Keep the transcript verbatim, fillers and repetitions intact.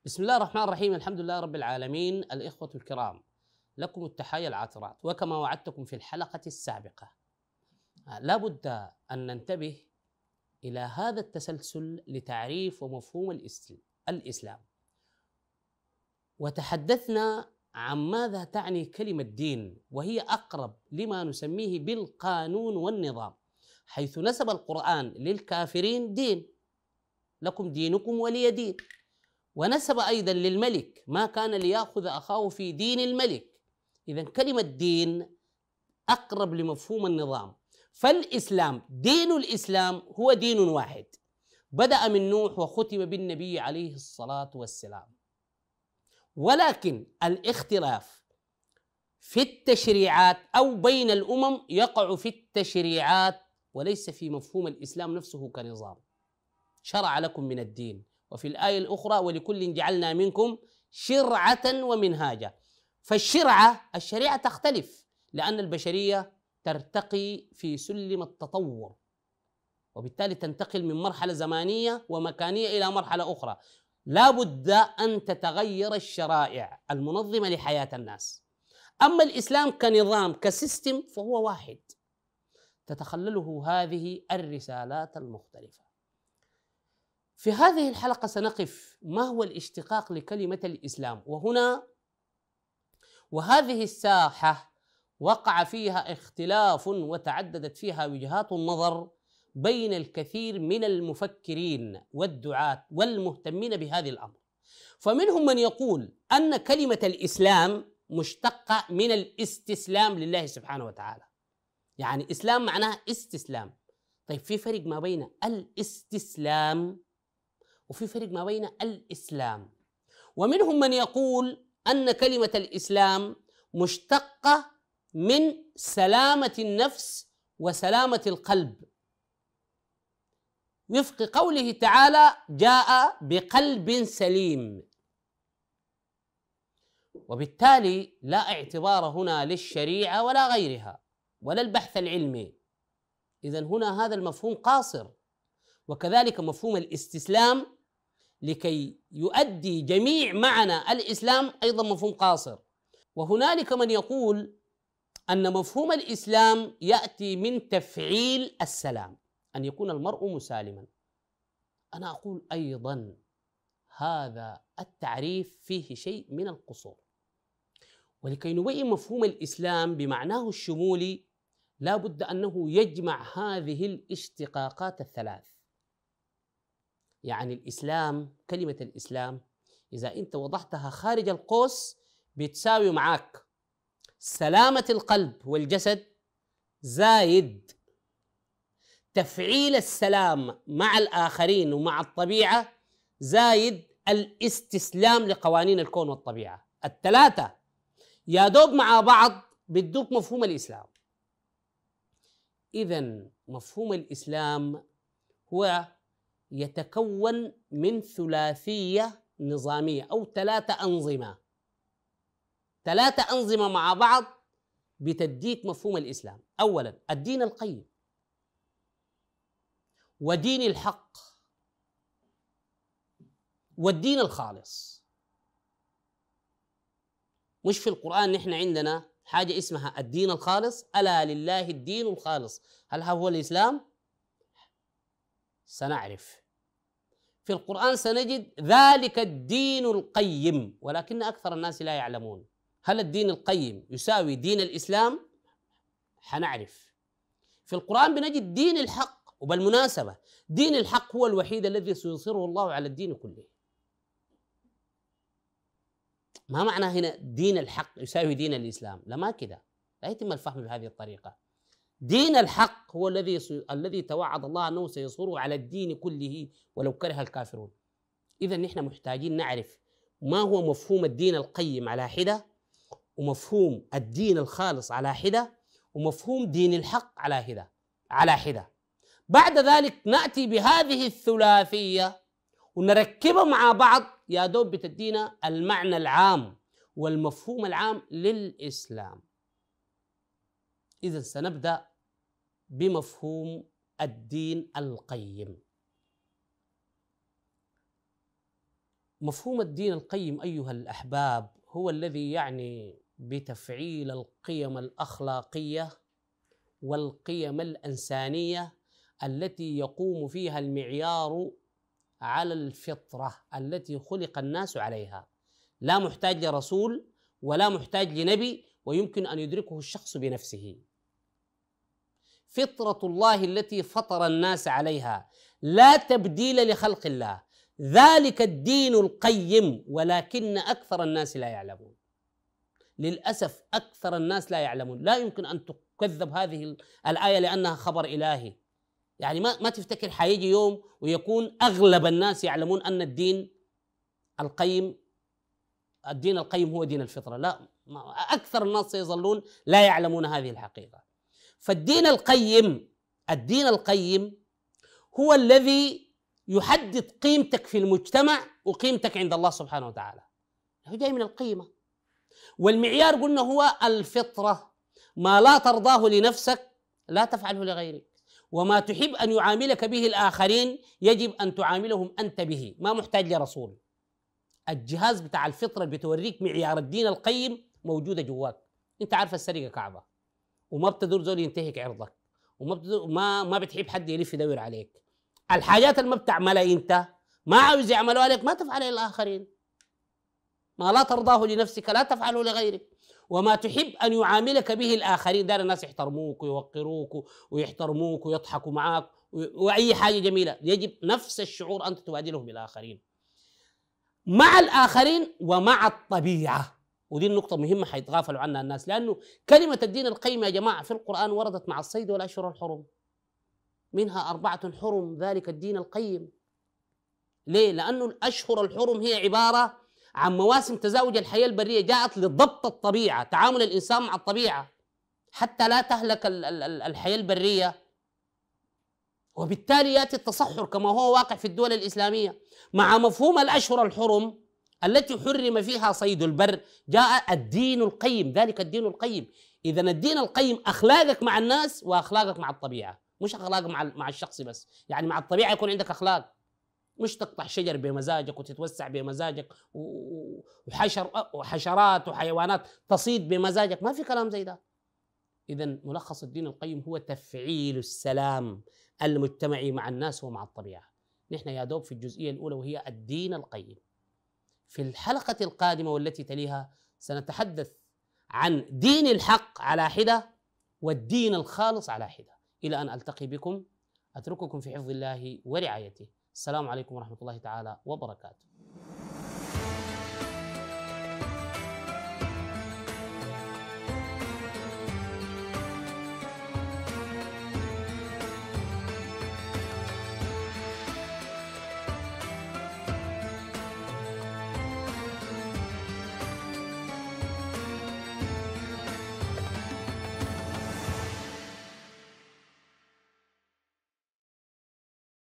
بسم الله الرحمن الرحيم. الحمد لله رب العالمين. الإخوة الكرام، لكم التحايا العاطرات، وكما وعدتكم في الحلقة السابقة لا بد أن ننتبه إلى هذا التسلسل لتعريف ومفهوم الإسلام. وتحدثنا عن ماذا تعني كلمة دين، وهي أقرب لما نسميه بالقانون والنظام، حيث نسب القرآن للكافرين دين، لكم دينكم ولي دين، ونسب أيضا للملك ما كان ليأخذ أخاه في دين الملك. إذن كلمة دين أقرب لمفهوم النظام. فالإسلام، دين الإسلام هو دين واحد بدأ من نوح وختم بالنبي عليه الصلاة والسلام، ولكن الاختلاف في التشريعات أو بين الأمم يقع في التشريعات وليس في مفهوم الإسلام نفسه كنظام. شرع لكم من الدين، وفي الآية الأخرى ولكل جعلنا منكم شرعة ومنهاجا. فالشرعة الشريعة تختلف لأن البشرية ترتقي في سلم التطور، وبالتالي تنتقل من مرحلة زمانية ومكانية إلى مرحلة أخرى. لا بد أن تتغير الشرائع المنظمة لحياة الناس. أما الإسلام كنظام كسيستم فهو واحد تتخلله هذه الرسالات المختلفة. في هذه الحلقة سنقف ما هو الاشتقاق لكلمة الإسلام، وهنا وهذه الساحة وقع فيها اختلاف وتعددت فيها وجهات النظر بين الكثير من المفكرين والدعاة والمهتمين بهذا الأمر. فمنهم من يقول أن كلمة الإسلام مشتقة من الاستسلام لله سبحانه وتعالى، يعني إسلام معناها استسلام. طيب في فرق ما بين الاستسلام وفي فرق ما بين الإسلام. ومنهم من يقول أن كلمة الإسلام مشتقة من سلامة النفس وسلامة القلب، وفق قوله تعالى جاء بقلب سليم. وبالتالي لا اعتبار هنا للشريعة ولا غيرها ولا البحث العلمي. إذن هنا هذا المفهوم قاصر، وكذلك مفهوم الاستسلام لكي يؤدي جميع معنى الإسلام أيضا مفهوم قاصر. وهنالك من يقول أن مفهوم الإسلام يأتي من تفعيل السلام، أن يكون المرء مسالما. أنا أقول أيضا هذا التعريف فيه شيء من القصور، ولكي نبين مفهوم الإسلام بمعناه الشمولي لا بد أنه يجمع هذه الاشتقاقات الثلاث. يعني الإسلام، كلمة الإسلام إذا أنت وضعتها خارج القوس بتساوي معاك سلامة القلب والجسد زايد تفعيل السلام مع الآخرين ومع الطبيعة زايد الاستسلام لقوانين الكون والطبيعة. الثلاثة يا دوب مع بعض بدوك مفهوم الإسلام. إذن مفهوم الإسلام هو يتكون من ثلاثية نظامية أو ثلاثة أنظمة، ثلاثة أنظمة مع بعض بتديك مفهوم الإسلام. أولا الدين القيم، ودين الحق، والدين الخالص. مش في القرآن نحن عندنا حاجة اسمها الدين الخالص، ألا لله الدين الخالص، هل هو الإسلام؟ سنعرف. في القرآن سنجد ذلك الدين القيم، ولكن أكثر الناس لا يعلمون. هل الدين القيم يساوي دين الإسلام؟ حنعرف. في القرآن بنجد دين الحق، وبالمناسبة دين الحق هو الوحيد الذي سيصره الله على الدين كله. ما معنى هنا دين الحق يساوي دين الإسلام؟ لا، ما كده، لا يتم الفهم بهذه الطريقة. دين الحق هو الذي الذي توعد الله أنه سيصره على الدين كله ولو كره الكافرون. إذا نحن محتاجين نعرف ما هو مفهوم الدين القيم على حدة، ومفهوم الدين الخالص على حدة، ومفهوم دين الحق على حدة على حدة. بعد ذلك نأتي بهذه الثلاثية ونركبها مع بعض، يا دوب بتدينا المعنى العام والمفهوم العام للإسلام. إذن سنبدأ بمفهوم الدين القيم. مفهوم الدين القيم أيها الأحباب هو الذي يعني بتفعيل القيم الأخلاقية والقيم الإنسانية التي يقوم فيها المعيار على الفطرة التي خلق الناس عليها، لا محتاج لرسول ولا محتاج لنبي، ويمكن أن يدركه الشخص بنفسه. فطرة الله التي فطر الناس عليها لا تبديل لخلق الله، ذلك الدين القيم، ولكن أكثر الناس لا يعلمون. للأسف أكثر الناس لا يعلمون. لا يمكن أن تكذب هذه الآية لأنها خبر إلهي. يعني ما ما تفتكر حيجي يوم ويكون أغلب الناس يعلمون أن الدين القيم الدين القيم هو دين الفطرة. لا، أكثر الناس سيظلون لا يعلمون هذه الحقيقة. فالدين القيم الدين القيم هو الذي يحدد قيمتك في المجتمع وقيمتك عند الله سبحانه وتعالى. هو جاي من القيمة، والمعيار قلنا هو الفطرة. ما لا ترضاه لنفسك لا تفعله لغيرك، وما تحب أن يعاملك به الآخرين يجب أن تعاملهم أنت به، ما محتاج لرسول. الجهاز بتاع الفطرة بتوريك معيار الدين القيم موجودة جواك. أنت عارف السرقة كعبة، وما بتدور زول ينتهك عرضك، وما بتدور ما ما بتحب حد يلف يدور عليك. الحاجات اللي ما بتعملها أنت ما عاوز يعملوها عليك ما تفعلها للآخرين. ما لا ترضاه لنفسك لا تفعله لغيرك، وما تحب أن يعاملك به الآخرين، دار الناس يحترموك ويوقروك ويحترموك ويضحكوا معك وأي حاجة جميلة، يجب نفس الشعور أنت تبادله بالآخرين، مع الآخرين ومع الطبيعة. ودي النقطة مهمة حيتغافلوا عنها الناس، لأنه كلمة الدين القيم يا جماعة في القرآن وردت مع الصيد والأشهر الحرم، منها أربعة حرم ذلك الدين القيم. ليه؟ لأنه الأشهر الحرم هي عبارة عن مواسم تزاوج الحياة البرية، جاءت لضبط الطبيعة، تعامل الإنسان مع الطبيعة حتى لا تهلك الحياة البرية، وبالتالي يأتي التصحر كما هو واقع في الدول الإسلامية. مع مفهوم الأشهر الحرم التي حرم فيها صيد البر جاء الدين القيم، ذلك الدين القيم. إذن الدين القيم أخلاقك مع الناس وأخلاقك مع الطبيعة، مش أخلاقك مع مع الشخص بس. يعني مع الطبيعة يكون عندك أخلاق، مش تقطع شجر بمزاجك وتتوسع بمزاجك وحشر وحشرات وحيوانات تصيد بمزاجك، ما في كلام زي ده. إذن ملخص الدين القيم هو تفعيل السلام المجتمعي مع الناس ومع الطبيعة. نحن يا دوب في الجزئية الأولى وهي الدين القيم. في الحلقة القادمة والتي تليها سنتحدث عن دين الحق على حدة والدين الخالص على حدة. إلى أن ألتقي بكم أترككم في حفظ الله ورعايته. السلام عليكم ورحمة الله تعالى وبركاته.